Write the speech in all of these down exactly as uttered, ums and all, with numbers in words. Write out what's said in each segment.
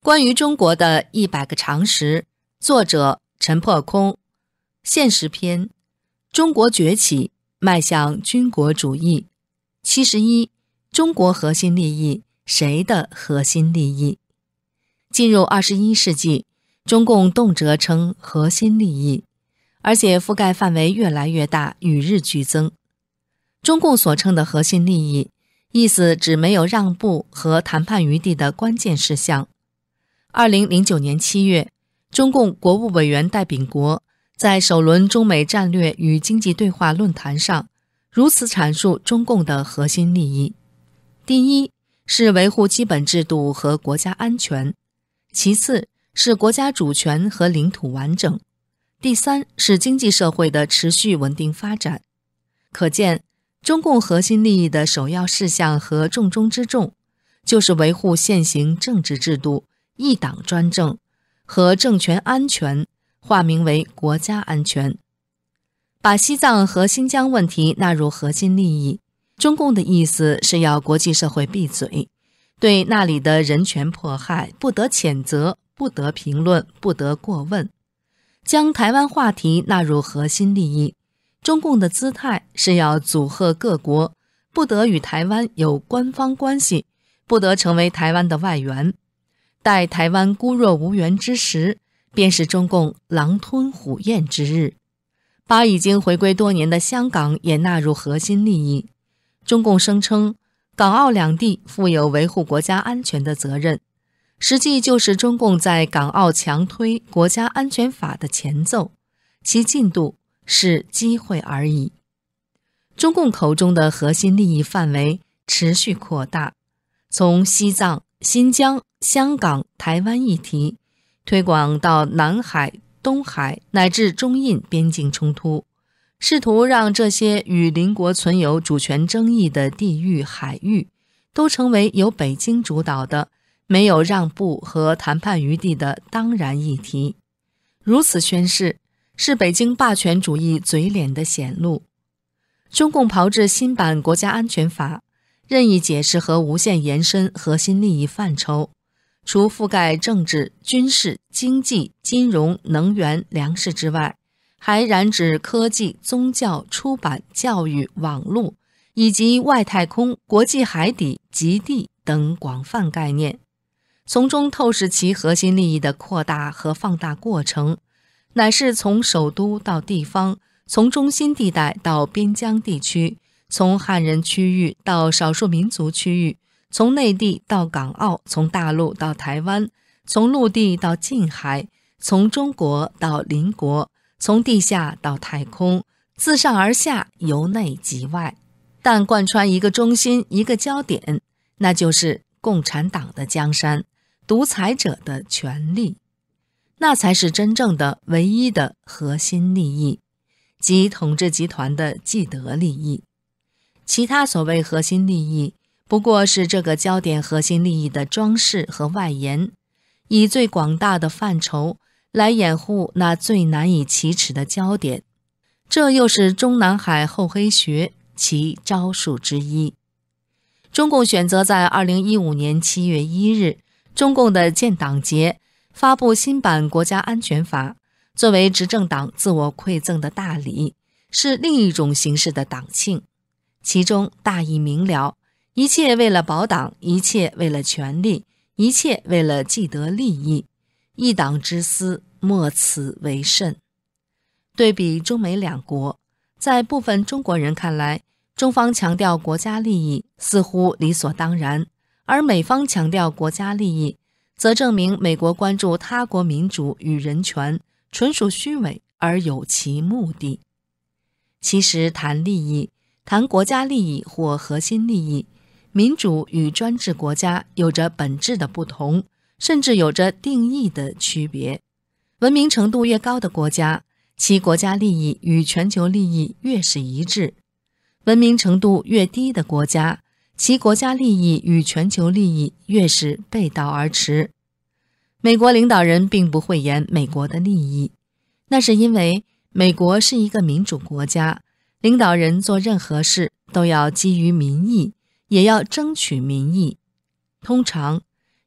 关于中国的一百个常识，作者陈破空。现实篇：中国崛起，迈向军国主义。七十一，中国核心利益，谁的核心利益？进入二十一世纪，中共动辄称核心利益，而且覆盖范围越来越大，与日俱增。中共所称的核心利益，意思指没有让步和谈判余地的关键事项。二零零九年七月，中共国务委员戴秉国在首轮中美战略与经济对话论坛上，如此阐述中共的核心利益：第一，是维护基本制度和国家安全；其次，是国家主权和领土完整；第三，是经济社会的持续稳定发展。可见，中共核心利益的首要事项和重中之重，就是维护现行政治制度、一党专政和政权安全，化名为国家安全。把西藏和新疆问题纳入核心利益，中共的意思是要国际社会闭嘴，对那里的人权迫害不得谴责，不得评论，不得过问。将台湾话题纳入核心利益，中共的姿态是要阻吓各国，不得与台湾有官方关系，不得成为台湾的外援。待台湾孤弱无援之时，便是中共狼吞虎咽之日。把已经回归多年的香港也纳入核心利益。中共声称港澳两地负有维护国家安全的责任，实际就是中共在港澳强推国家安全法的前奏，其进度是机会而已。中共口中的核心利益范围持续扩大，从西藏、新疆、香港、台湾议题推广到南海、东海乃至中印边境冲突，试图让这些与邻国存有主权争议的地域、海域都成为由北京主导的没有让步和谈判余地的当然议题。如此宣示，是北京霸权主义嘴脸的显露。中共炮制新版国家安全法，任意解释和无限延伸核心利益范畴，除覆盖政治、军事、经济、金融、能源、粮食之外，还染指科技、宗教、出版、教育、网络以及外太空、国际海底、极地等广泛概念，从中透视其核心利益的扩大和放大过程，乃是从首都到地方，从中心地带到边疆地区，从汉人区域到少数民族区域，从内地到港澳，从大陆到台湾，从陆地到近海，从中国到邻国，从地下到太空，自上而下，由内及外，但贯穿一个中心，一个焦点，那就是共产党的江山，独裁者的权力。那才是真正的唯一的核心利益，即统治集团的既得利益。其他所谓核心利益，不过是这个焦点核心利益的装饰和外延，以最广大的范畴来掩护那最难以启齿的焦点。这又是中南海厚黑学其招数之一。中共选择在二零一五年七月一日，中共的建党节，发布新版国家安全法，作为执政党自我馈赠的大礼，是另一种形式的党庆。其中大意明了，一切为了保党，一切为了权力，一切为了既得利益，一党之私，莫此为甚。对比中美两国，在部分中国人看来，中方强调国家利益似乎理所当然，而美方强调国家利益，则证明美国关注他国民主与人权纯属虚伪而有其目的。其实谈利益，谈国家利益或核心利益，民主与专制国家有着本质的不同，甚至有着定义的区别。文明程度越高的国家，其国家利益与全球利益越是一致；文明程度越低的国家，其国家利益与全球利益越是背道而驰。美国领导人并不讳言美国的利益，那是因为美国是一个民主国家，领导人做任何事都要基于民意，也要争取民意。通常，一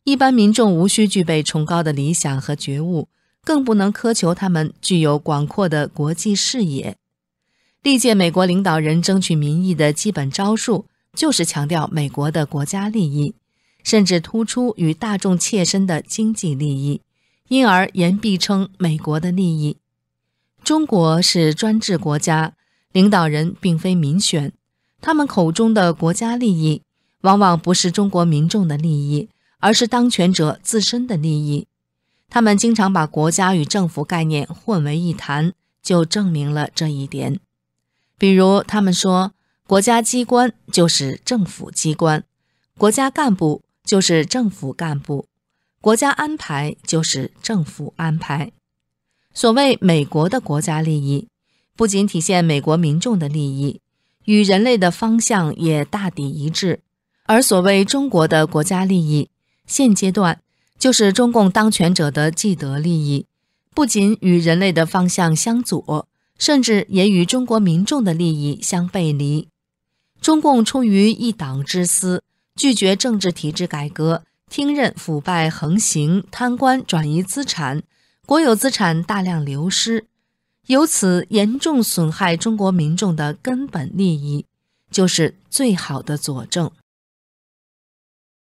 一般民众无需具备崇高的理想和觉悟，更不能苛求他们具有广阔的国际视野。历届美国领导人争取民意的基本招数，就是强调美国的国家利益，甚至突出与大众切身的经济利益，因而言必称美国的利益。中国是专制国家，领导人并非民选，他们口中的国家利益，往往不是中国民众的利益，而是当权者自身的利益。他们经常把国家与政府概念混为一谈，就证明了这一点。比如他们说，国家机关就是政府机关，国家干部就是政府干部，国家安排就是政府安排。所谓美国的国家利益，不仅体现美国民众的利益，与人类的方向也大抵一致。而所谓中国的国家利益，现阶段就是中共当权者的既得利益，不仅与人类的方向相左，甚至也与中国民众的利益相背离。中共出于一党之私，拒绝政治体制改革，听任腐败横行，贪官转移资产，国有资产大量流失，由此严重损害中国民众的根本利益，就是最好的佐证。